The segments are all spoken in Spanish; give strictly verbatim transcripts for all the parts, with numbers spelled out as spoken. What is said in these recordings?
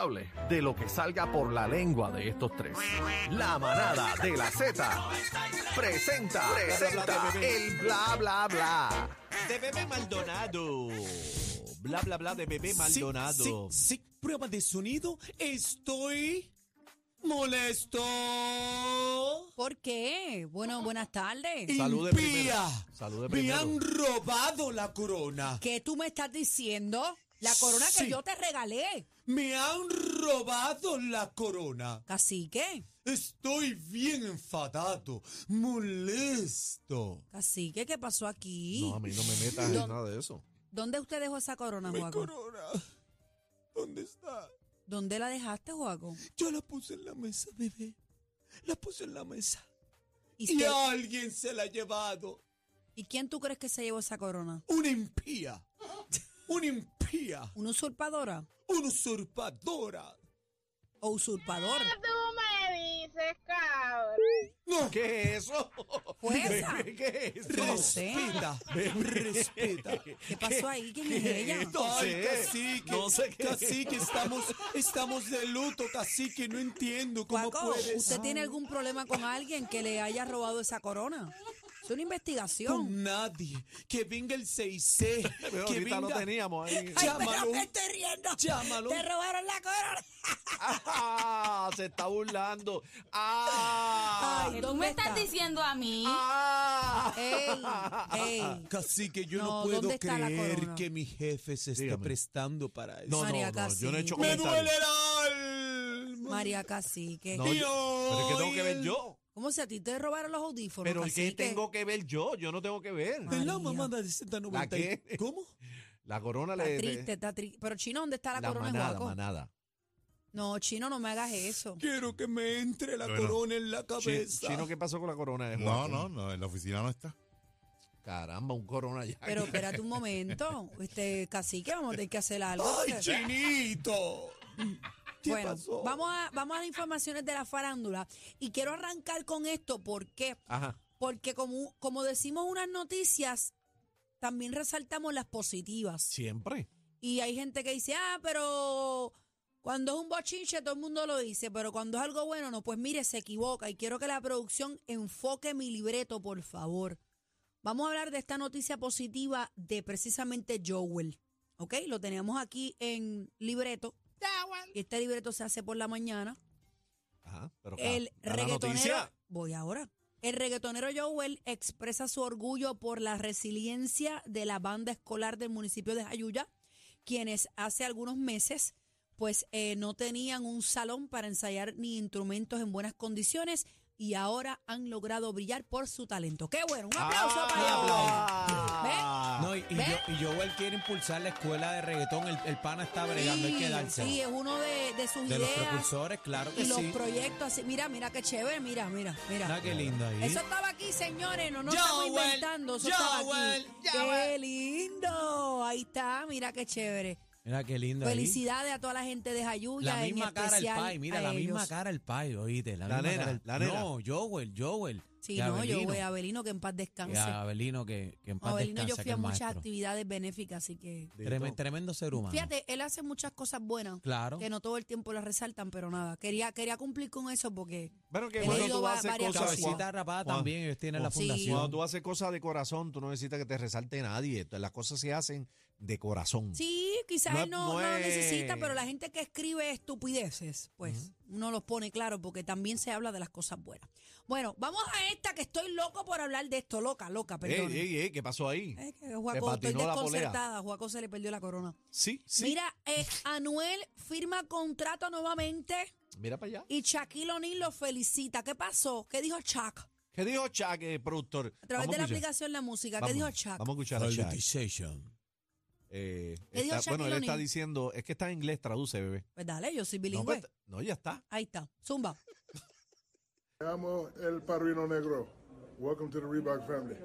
responsable de lo que salga por la lengua de estos tres. La manada de la Z presenta, presenta el bla bla bla de Bebé Maldonado. Bla bla bla de Bebé Maldonado. Sí, sí, sí. Prueba de sonido. Estoy molesto. ¿Por qué? Bueno, buenas tardes. Salude Impía. primero. Salude Me primero. han robado la corona. ¿Qué tú me estás diciendo? La corona Sí. que yo te regalé. Me han robado la corona. Cacique, Estoy bien enfadado, molesto. cacique, ¿qué pasó aquí? No, a mí no me metas en ¿Dó- nada de eso. ¿Dónde usted dejó esa corona, Mi Juaco? corona, ¿dónde está? ¿Dónde la dejaste, Juaco? Yo la puse en la mesa, bebé. La puse en la mesa. ¿Y, Y qué- alguien se la ha llevado. ¿Y quién tú crees que se llevó esa corona? Una impía. Una impía. ¿Una usurpadora Una usurpadora. o usurpador? Tú me dices, cabrón. No. ¿Qué es eso? ¿Fue esa? ¿Qué, qué es No eso? sé. Respeta. Respeta. ¿Qué pasó ahí? ¿Quién es ella? No Ay, sé. cacique, No sé qué. cacique, estamos, estamos de luto, cacique, no entiendo cómo Juaco, puedes. ¿usted tiene algún problema con alguien que le haya robado esa corona? Es una investigación. Con nadie. Que venga el seis C. Pero Que ahorita lo venga. teníamos ahí. Ay, Llámalo. pero me estoy riendo. Llámalo. Te robaron la corona. Ah, se está burlando. Ah. Ay, ¿Qué tú ¿dónde me estás está? diciendo a mí? Ah. Ey, ey. Cacique, yo No, no, puedo ¿dónde está la creer corona? que mi jefe se esté Dígame. prestando para eso. No, no, María no, yo no he hecho Cacique. ¡Me comentarios. duele el alma! María Cacique. No, yo- Dios. pero es que tengo que ver yo. ¿Cómo si a ti te robaron los audífonos, Pero ¿qué Cacique? tengo que ver yo? Yo no tengo que ver. María. De la mamada de Z noventa. ¿La qué? ¿Cómo? La corona Está le... triste, está triste. Pero Chino, ¿dónde está la, La corona de manada, Juaco? manada. No, Chino, no me hagas eso. Quiero que me entre la Bueno. corona en la Chi- cabeza. Chino, ¿qué pasó con la corona de No, Juaco? no, no, en la oficina no está. Caramba, un corona ya. Pero espérate un momento. Este, Cacique, vamos a tener que hacer algo. ¡Ay, porque- chinito! ¿Qué Bueno, pasó? vamos a, vamos a las informaciones de la farándula. Y quiero arrancar con esto. ¿Por qué? Ajá. Porque como, como decimos unas noticias, también resaltamos las positivas. Siempre. Y hay gente que dice, ah, pero cuando es un bochinche todo el mundo lo dice, pero cuando es algo bueno, no, pues mire, se equivoca. Y quiero que la producción enfoque mi libreto, por favor. Vamos a hablar de esta noticia positiva de precisamente Joel. ¿Ok? Lo teníamos aquí en libreto. Y este libreto se hace por la mañana. Ajá. Pero El da la reggaetonero, noticia. voy ahora. El reggaetonero Joel expresa su orgullo por la resiliencia de la banda escolar del municipio de Jayuya, quienes hace algunos meses pues eh, no tenían un salón para ensayar ni instrumentos en buenas condiciones y ahora han logrado brillar por su talento. ¡Qué bueno! Un aplauso para Joel. Ah. No, y, y, ¿Ve? yo, y Joel quiere impulsar la escuela de reggaetón. El, el pana está bregando, hay que darse. Sí, es uno de, de sus De los ideas precursores, claro que y los sí. proyectos. Así. Mira, mira qué chévere, mira, mira, mira. Mira qué lindo ahí. Eso estaba aquí, señores, no nos Joel, estamos inventando, eso estaba Joel, aquí. ¡Qué lindo! Ahí está, mira qué chévere. Mira qué lindo ahí. Felicidades a toda la gente de Jayuya, La en misma cara el especial pai, mira, a la misma ellos. cara el pai, oíste. La, La misma nena, cara el- la nena. No, Joel, Joel. Sí, Y no, yo Abelino. voy a Abelino, que en paz Y descanse. a Abelino, que, que en paz Abelino, yo descanse, fui a aquel muchas maestro. actividades benéficas, así que... Tremendo, tremendo ser humano. Fíjate, él hace muchas cosas buenas, Claro. que no todo el tiempo las resaltan, pero nada, quería quería cumplir con eso porque... Bueno, que He cuando leído tú va- haces varias cosas... cosas. Cabecita rapada Juan, también, ellos tienen la Sí. fundación. Cuando tú haces cosas de corazón, tú no necesitas que te resalte nadie. Las cosas se hacen de corazón. Sí, quizás No él es- no, no no lo es- necesita, pero la gente que escribe estupideces, pues uno los pone claro porque también se habla de las cosas buenas. Bueno, vamos a esta que estoy loco por hablar de esto, loca, loca, perdón. Ey, ey, ey, ¿qué pasó ahí? Es que Te Juaco, estoy patinó la polea. desconcertada. Juaco se le perdió la corona. Sí, sí. Mira, eh, Anuel firma contrato nuevamente Mira para allá. y Shaquille O'Neal lo felicita. ¿Qué pasó? ¿Qué dijo Chuck? ¿Qué dijo Chuck, eh, productor? A través Vamos de la escuchar. aplicación La Música. Vamos, ¿Qué dijo Chuck? Vamos a escuchar a Chuck. Felicitation. Eh, ¿Qué dijo está- bueno, él Shaquille está O'Neal? diciendo, es que está en inglés, traduce, bebé. Pues dale, yo soy No, bilingüe. pues, no, ya está. Ahí está. Zumba. Me llamo El Padrino Negro. Welcome to the Reebok family.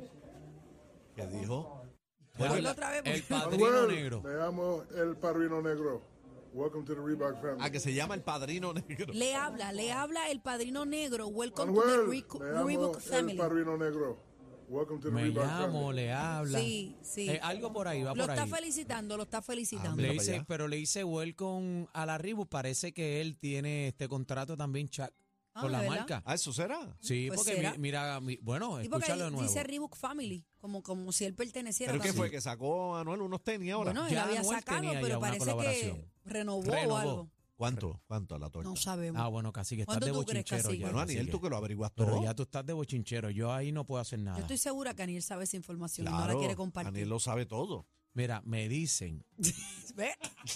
¿Qué dijo? Bueno, el, otra vez, el porque- padrino Manuel, negro. Me llamo El Padrino Negro. Welcome to the Reebok family. Ah, que se llama el padrino negro. Le habla, le habla el padrino negro. Welcome to Manuel, the Re- me llamo Reebok El family. Padrino Negro. Welcome to the Me Reebok llamo, family. le habla. Sí, sí. Eh, algo por ahí, va Lo por está ahí. felicitando, lo está felicitando. Ah, Le mira para dice, allá. pero le dice welcome a la Reebok. Parece que él tiene este contrato también, Chuck, Ah, con la ¿de verdad? marca. Ah, ¿eso será? Sí, Pues porque será. mi- mira, mi- bueno, Sí, porque escúchalo de nuevo. dice Reebok Family, como, como si él perteneciera ¿Pero qué también. fue? ¿Que sacó Anuel unos tenis ahora? Bueno, él Ya había Anuel sacado, tenía ya pero una parece que colaboración. renovó, Renovó. o algo. ¿Cuánto? ¿Cuánto a la torta? No sabemos. Ah, bueno, casi que estás ¿Cuánto de tú crees, bochinchero cacique? ya. Bueno, Aniel, cacique. tú que lo averiguas Pero todo. ya tú estás de bochinchero. Yo ahí no puedo hacer nada. Yo estoy segura que Aniel sabe esa información y no Claro, la quiere compartir. Aniel lo sabe todo. Mira, me dicen, ¿Ve?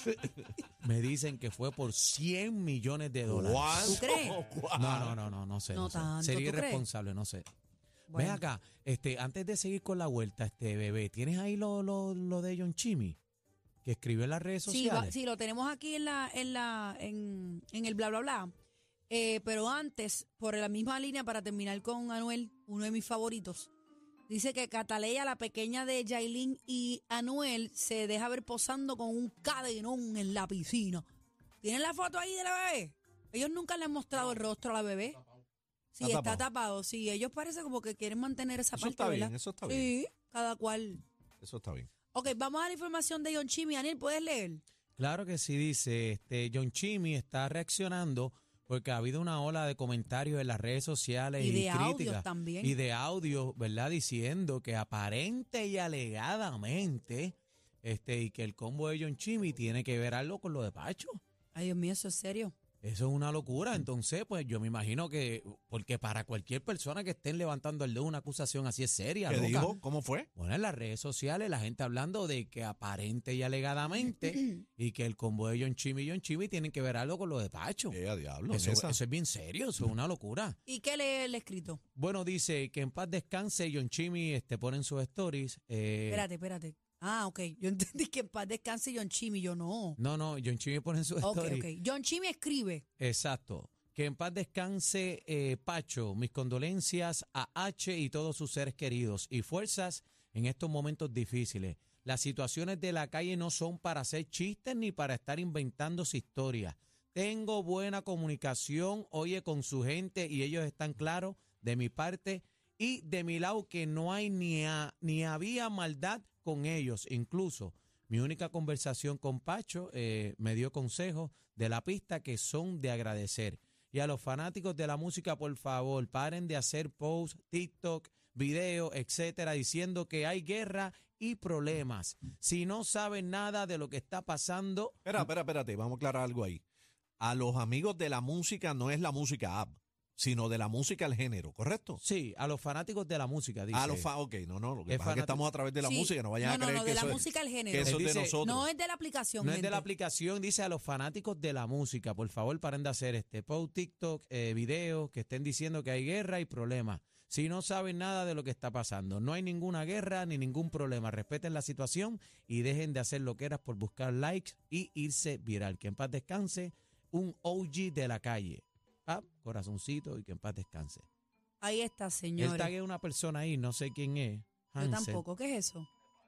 me dicen que fue por cien millones de dólares. ¿Tú crees? No, no, no, no, no sé. No No sé. tanto, Sería ¿tú crees? irresponsable, no sé. Bueno. Ven acá, este, antes de seguir con la vuelta, este bebé, ¿tienes ahí lo, lo, lo de John Chimmy? Que escribió en las redes Sí, sociales. va- sí, lo tenemos aquí en la, en la, en, en el bla bla bla. Eh, pero antes, por la misma línea, para terminar con Anuel, uno de mis favoritos, dice que Cataleya, la pequeña de Yailin y Anuel, se deja ver posando con un cadenón en la piscina. ¿Tienen la foto ahí de la bebé? Ellos nunca le han mostrado el rostro a la bebé. Sí, Está está tapado. tapado. Sí, ellos parece como que quieren mantener esa Eso parte, está bien, ¿verdad? eso está bien. Sí, cada cual. Eso está bien. Ok, vamos a la información de John Chimmy. Aniel, ¿puedes leer? Claro que sí, dice, este, John Chimmy está reaccionando porque ha habido una ola de comentarios en las redes sociales Y y, de audios críticas. también. Y de audio, ¿verdad? Diciendo que aparente y alegadamente, este, y que el combo de John Chimmy tiene que ver algo con lo de Pacho. Ay, Dios mío, eso es serio. Eso es una locura. Entonces, pues yo me imagino que, porque para cualquier persona que estén levantando el dedo una acusación así es seria, ¿Qué loca. dijo? ¿Cómo fue? Bueno, en las redes sociales la gente hablando de que aparente y alegadamente y que el combo de John Chimmy y John Chimmy tienen que ver algo con lo de Pacho. ¿Qué a diablo? Eso, Nessa? eso es bien serio, eso es una locura. ¿Y qué lee el escrito? Bueno, dice que en paz descanse John Chimmy este, pone en sus stories. eh, Espérate, espérate. Ah, ok. Yo entendí que en paz descanse John Chimmy. Yo no. No, no, John Chimmy pone en sus Ok, stories. ok. John Chimmy escribe. Exacto. Que en paz descanse eh, Pacho. Mis condolencias a H y todos sus seres queridos y fuerzas en estos momentos difíciles. Las situaciones de la calle no son para hacer chistes ni para estar inventándose historias. Tengo buena comunicación, oye, con su gente y ellos están claros de mi parte y de mi lado que no hay ni, a- ni había maldad con ellos. Incluso mi única conversación con Pacho eh, me dio consejos de la pista que son de agradecer. Y a los fanáticos de la música, por favor, paren de hacer posts, TikTok, videos, etcétera, diciendo que hay guerra y problemas. Si no saben nada de lo que está pasando, Espera, espera, espérate. Vamos a aclarar algo ahí. A los amigos de la música no es la música app, sino de la música al género, ¿correcto? sí, a los fanáticos de la música, dice. A los fa ok, no, no. Lo que Es pasa es que fanático. estamos a través de la Sí. música. No vayan no, a no, creer no, que de la eso, es- música al género. que eso Él es de dice, nosotros. No es de la aplicación, No es de gente. la aplicación, dice a los fanáticos de la música, por favor, paren de hacer este post, TikTok, eh, videos que estén diciendo que hay guerra y problemas. Si no saben nada de lo que está pasando, no hay ninguna guerra ni ningún problema. Respeten la situación y dejen de hacer loqueras por buscar likes y irse viral. Que en paz descanse un O G de la calle. Ah, corazoncito y que en paz descanse. Ahí está, Él señores. taguea a una persona ahí, no sé quién es. Yo Hansel. tampoco. ¿Qué es eso?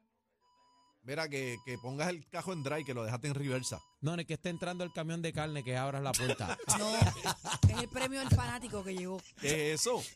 Mira, que, que pongas el cajo en dry, que lo dejaste en reversa. No, ni que esté entrando el camión de carne, que abras la puerta. No, es el premio del fanático que llegó. ¿Qué es eso?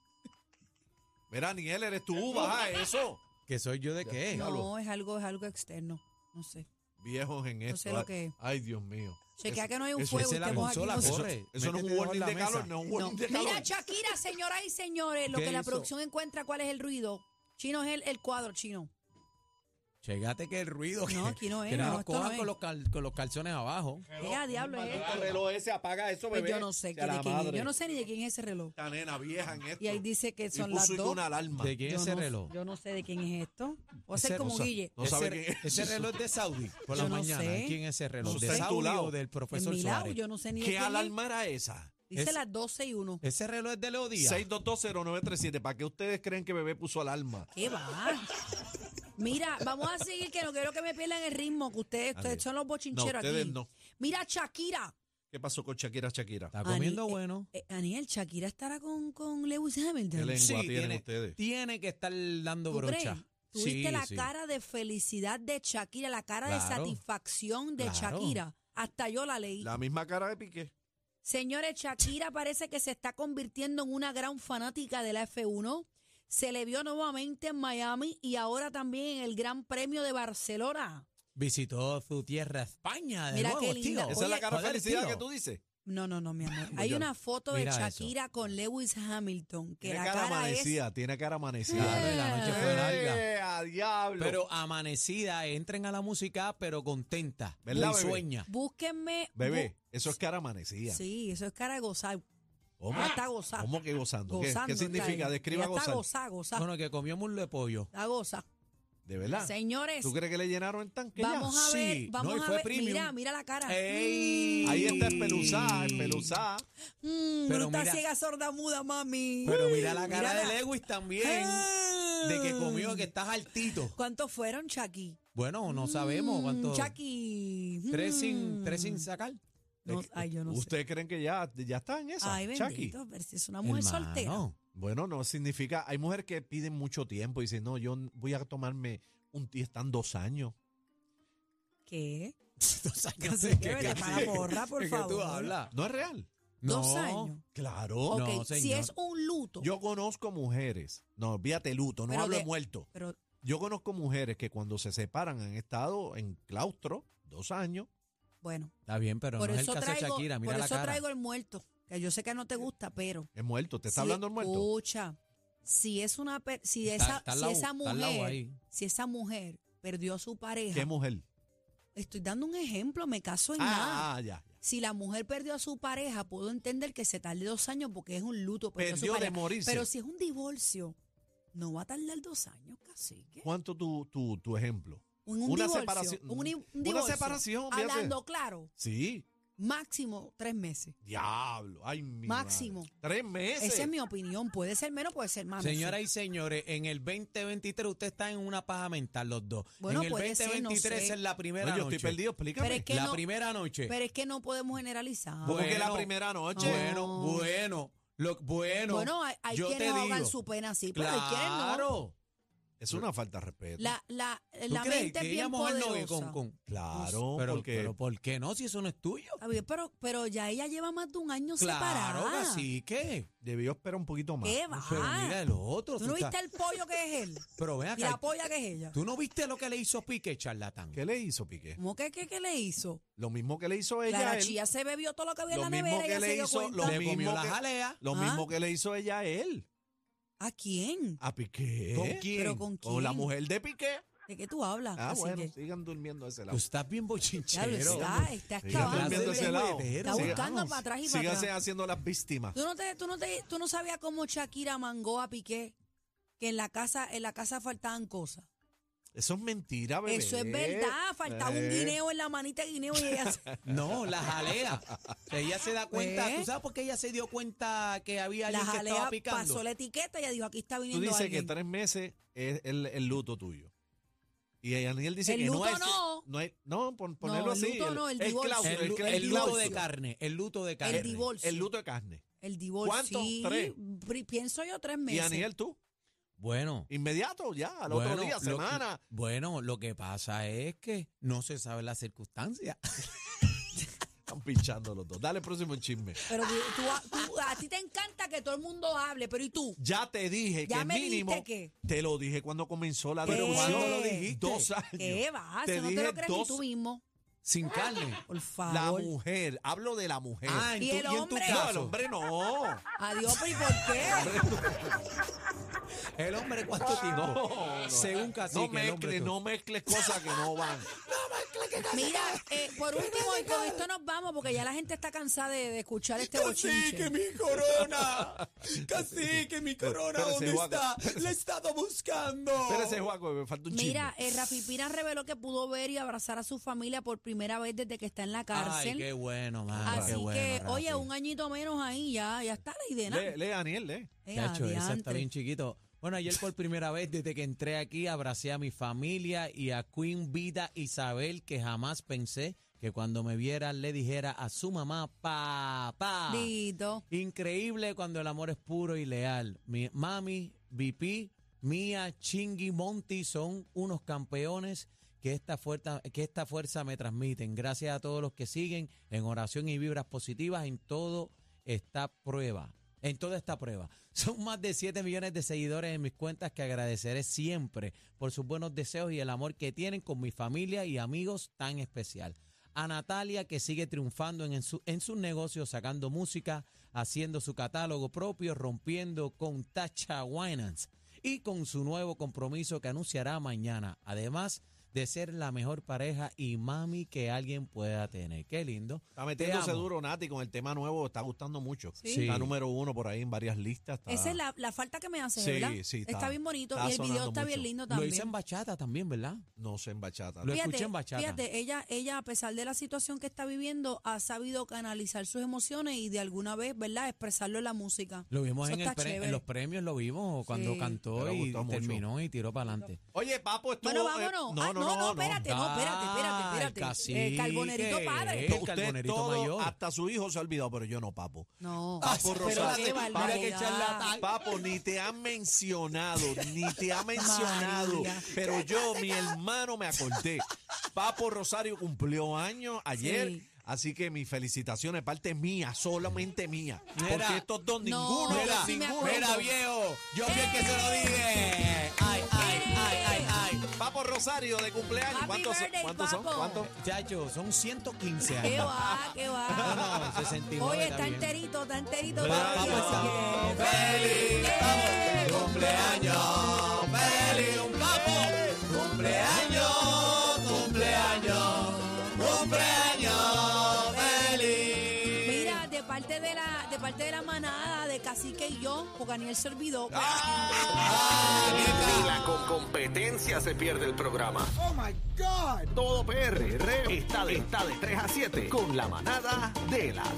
Mira, Aniel, eres tú, baja eso. ¿Que soy yo de qué? No, es algo, es algo externo. No sé. Viejos en esto. sé lo que es. Ay, Dios mío. Chequea Eso- que no hay un eso- fuego esa y es la estemos aquí consola, nosotros. corre. Eso no es Métete un debajo warning de de la calor, mesa. no es un No. warning de calor. Mira, Shakira, señoras y señores, lo ¿Qué que la hizo? producción encuentra, ¿cuál es el ruido? Chino es el, el cuadro, Chino. Chégate que el ruido. No, que- aquí no es, Que no, no, nos esto no cojan es. con, los cal- con los calzones abajo. ¿Qué a diablo es esto? El reloj ese, apaga eso, Pues bebé. yo no sé Que a de la quién es. madre. Yo no sé ni de quién es ese reloj. Esta nena vieja en esto. Y ahí dice que Y son puso las y dos. una alarma. ¿De quién Yo es ese no, reloj? yo no sé de quién es esto. O Ese ser como no sa- Guille. no ese, sabe quién es. ese reloj de Saudi por Yo la no mañana. sé. ¿Quién es ese reloj? Eso ¿De está en tu Saudi lado. o del En profesor mi lado, Suárez? yo no sé ni de ¿Qué quién es. alarma era esa? Dice Es- las doce y uno. Ese reloj es de Leo Díaz. seis dos dos cero nueve tres siete. ¿Para qué ustedes creen que bebé puso alarma? ¿Qué va? Mira, vamos a seguir que no quiero que me pierdan el ritmo, que ustedes, ustedes son los bochincheros No, ustedes aquí. no. Mira, Shakira. ¿Qué pasó con Shakira, Shakira? Está comiendo Ani- bueno. Eh, Aniel, Shakira estará con, con Lewis Hamilton. ¿Qué lengua Sí, tienen tiene, ustedes? tiene que estar dando ¿Tú brocha. crees? Tuviste Sí, la sí. cara de felicidad de Shakira, la cara de Claro. satisfacción de Claro. Shakira. Hasta yo la leí. La misma cara de Piqué. Señores, Shakira parece que se está convirtiendo en una gran fanática de la F uno. Se le vio nuevamente en Miami y ahora también en el Gran Premio de Barcelona. Visitó su tierra España de Mira nuevo, qué linda. tío. Esa es la Oye, cara de joder, felicidad tío. que tú dices. No, no, no, mi amor. Hay yo- una foto de Mira eso. Shakira con Lewis Hamilton, que Tiene la cara cara es... amanecida, tiene cara amanecida. Claro, y la noche fue larga. ¡Eh, a diablo! Pero amanecida, entren a la música, pero contenta, ¿Verdad, bebé? sueña. Búsquenme... Bebé, bu- eso es cara amanecida. Sí, eso es cara de gozar. ¿Cómo? Ya está gozando. ¿Cómo que gozando? ¿Qué- Gozando ¿Qué, está significa? ella. Describa Ella está gozar. gozar, gozar. Bueno, que comió muslo de pollo. Está goza. ¿De verdad? Señores, ¿Tú crees que le llenaron el tanque vamos ya? a ver, Sí, vamos no, y a fue ver. premium. Mira, mira la cara. ¡Ey! Ahí está espeluzada, espeluzada. Mm, Pero bruta, mira- ciega, sorda, muda, mami. Pero mira la cara Mírala. de Lewis también, de que comió, que estás altito. ¿Cuántos fueron, Chucky? Bueno, no sabemos cuánto. Chucky. Tres sin, Mm. tres sin sacar. No, ay, yo no sé. ¿Ustedes creen que ya, ya está en esa? Ay, Chucky? bendito, pero si es una mujer Hermano. soltera. Bueno, no significa. Hay mujeres que piden mucho tiempo y dicen, no, yo voy a tomarme un. Y están dos años. ¿Qué? Dos años Casi de que vete para la porra, por ¿de qué tú favor. hablas? No es real. Dos No. años. Claro. Ok, No, si señor. es un luto. Yo conozco mujeres. No, olvídate luto, no Pero hablo de de- muerto. pero Yo conozco mujeres que cuando se separan han estado en claustro dos años. bueno, Está bien, pero por no es el eso caso de traigo, Shakira. Mira por la eso cara. traigo el muerto, que yo sé que no te gusta, pero Es muerto. ¿Te está si- hablando el muerto? Escucha, si es una per- si Está- esa está al si lado- esa está al lado mujer, ahí. si esa mujer perdió a su pareja, ¿Qué mujer? estoy dando un ejemplo, me caso en nada. Ah, ah, ya. ya. Si la mujer perdió a su pareja, puedo entender que se tarde dos años porque es un luto. perdió a su Perdió de pareja. morirse. Pero si es un divorcio, no va a tardar dos años, cacique. ¿Cuánto tu, tu, tu ejemplo? Un, un Una divorcio, separación. un, un Una divorcio, separación, fíjate. hablando claro, Sí. máximo tres meses. Diablo. Ay, mi Máximo. madre. Tres meses. Esa es mi opinión. Puede ser menos, puede ser más. no sé. Señoras y señores, en el veinte veintitrés usted está en una paja mental los dos. Bueno, en el puede ser, no veinte veintitrés sé. es la primera No, yo noche. estoy perdido, explícame. Pero es que la no- primera noche. Pero es que no podemos generalizar. ¿Cómo que la Bueno, primera noche? Bueno, bueno, lo, bueno. Bueno, hay, hay yo quienes te ahogan digo. su pena así, pero hay quienes no. Claro. Es una falta de respeto. La, la, ¿Tú la crees mente que es ella bien mojó el novio poderosa. con, con- Claro, pero, porque pero ¿por qué no? Si eso no es tuyo. Está bien, pero, pero ya ella lleva más de un año Claro, separada. así que. debió esperar un poquito más. ¿Qué va? Pero mira el otro. ¿Tú tú no estás- viste el pollo que es él? Pero ven Y la acá. polla que es ella. ¿Tú no viste lo que le hizo Piqué, charlatán? ¿Qué le hizo, Piqué? ¿Cómo que, que, que le hizo? Lo mismo que le hizo ella La a él. chía se bebió todo lo que había en Lo la mismo nevera y que ella le se dio hizo- cuenta. lo Le mismo comió la que- jalea. Lo ¿Ah? mismo que le hizo ella a él. ¿A quién? ¿A Piqué? ¿Con quién? ¿Pero con quién? Con la mujer de Piqué. ¿De qué tú hablas? Ah, Así bueno, que- sigan durmiendo a ese Tú lado. estás bien Diablo, bochinchero. está, está Sigan excavando. durmiendo a ese lado. Está Sigan- buscando para atrás y para Síganse atrás. haciendo las víctimas. ¿Tú no, te, tú, no te, ¿Tú no sabías cómo Shakira mangó a Piqué? Que en la casa, en la casa faltaban cosas. Eso es mentira, bebé. Eso es verdad. Faltaba un Eh. guineo en la manita de guineo y ella se- No, la jalea. Ella se da cuenta. Pues, ¿Tú sabes por qué ella se dio cuenta que había la alguien que jalea estaba picando? pasó la etiqueta y ella dijo, aquí está Tú viniendo dices que alguien. tres meses es el, el luto tuyo. Y Daniel dice El que luto no es. no. No, hay- no pon- ponerlo No, el así. luto no, el es divorcio. claustro, El, lu- cla- el luto claustro. de carne. El luto de carne. El divorcio. El luto de carne. El divorcio. ¿Cuánto? Sí, Tres. pri- pienso yo tres Y meses. Daniel, tú. Bueno. Inmediato, ya, al bueno, otro día, lo- semana. bueno, lo que pasa es que no se sabe la circunstancia. Están pinchando los dos. Dale, próximo chisme. Pero tú, tú- a ti te encanta que todo el mundo hable, pero ¿y tú? Ya te dije ¿Ya que me mínimo. dijiste qué? Te lo dije cuando comenzó la ¿Qué? discusión. ¿Cuándo lo dijiste? Dos años. ¿Qué va? Te Eso no te dije lo crees ni dos- tú mismo. Sin carne. Por La favor. mujer. Hablo de la mujer. Ah, en ¿Y tu, el y en tu hombre? no, caso. el hombre no. Adiós, pero ¿y por qué? El hombre, ¿cuánto tiempo? No, no. Según Cacique, No el hombre, mezcles, tú. no mezcles cosas que no van. Mira, eh, por último, y con esto nos vamos, porque ya la gente está cansada de, de escuchar este bochinche. mi corona! Cacique, mi corona, Espérese, ¿dónde Juaco, está? espérese. La he estado buscando. Espérese, Juaco, me falta un chisme. Mira, eh, Rafi Pina reveló que pudo ver y abrazar a su familia por primera vez desde que está en la Ay, cárcel. qué bueno, mano. Así qué bueno, que, Rafi. oye, un añito menos ahí, ya, ya está la idea. ¿no? Lee, lee, Daniel, lee. Eh, Chacho, esa está adiantre. bien chiquito. Bueno, ayer por primera vez desde que entré aquí abracé a mi familia y a Queen Vida Isabel, que jamás pensé que cuando me viera le dijera a su mamá, papá. Dito. Increíble cuando el amor es puro y leal. Mi mami, V P, Mía, Chingui, Monty son unos campeones que esta fuerza, que esta fuerza me transmiten. Gracias a todos los que siguen en oración y vibras positivas en todo esta prueba. en toda esta prueba. Son más de siete millones de seguidores en mis cuentas que agradeceré siempre por sus buenos deseos y el amor que tienen con mi familia y amigos tan especial. A Natalia, que sigue triunfando en, en, su, en sus negocios, sacando música, haciendo su catálogo propio, rompiendo con Tasha Winans y con su nuevo compromiso que anunciará mañana. Además de ser la mejor pareja y mami que alguien pueda tener. Qué lindo. Está metiéndose duro, Nati, con el tema nuevo. Está gustando mucho. Sí. Está número uno por ahí en varias listas. Está... Esa es la, la falta que me hace, Sí, ¿verdad? sí, está, está- bien bonito está y el video sonando está bien mucho. lindo Lo también. hice en bachata también, ¿verdad? No sé en bachata. Lo escuché en bachata. Fíjate, ella, ella, a pesar de la situación que está viviendo, ha sabido canalizar sus emociones y de alguna vez, ¿verdad?, expresarlo en la música. Lo vimos Eso en, el está pre- chévere. en los premios, lo vimos cuando Sí. cantó Me y gustó mucho. terminó y tiró para adelante. Oye, Papo estuvo... Bueno, eh, vámonos. no, Ah, no, no, no. espérate, no, espérate, espérate, Ah, el espérate. cacique. Eh, Carbonerito padre. El Usted Carbonerito todo, mayor. hasta su hijo se ha olvidado, pero yo no, Papo. No. Papo Pero Rosario. qué Papo, barbaridad. Papo, ni te han mencionado, ni te ha mencionado. María. Pero yo, mi hermano, me acordé. Papo Rosario cumplió años ayer. Sí. Así que mis felicitaciones, parte mía, solamente mía. Mira. Porque estos dos, No, ninguno, mira, sí me ninguno. acuerdo. Mira, viejo, yo fui el que se lo dije. Ay, ay, ay, ay, ay. Papo Rosario de cumpleaños. Happy ¿Cuántos, son? birthday, ¿Cuántos son? Papo. ¿Cuántos? Chacho, son ciento quince ¿Qué años. va? ¿Qué No, va? no, sesenta y nueve Oye, está está bien. enterito, está enterito. Pero todavía, Papo está- así que- ¡Feliz! ¡Eh! ¡Vamos! ¡Cumpleaños! ¡Feliz! ¡Un papo! ¡Cumpleaños! ¡Cumpleaños! ¡Cumpleaños! ¡Feliz! Mira, de parte de la, de parte de la manada de Cacique y yo, porque Aniel se olvidó. pues, Ni la con competencia se pierde el programa. Oh my God. Todo P R está de, está de tres a siete con la manada de la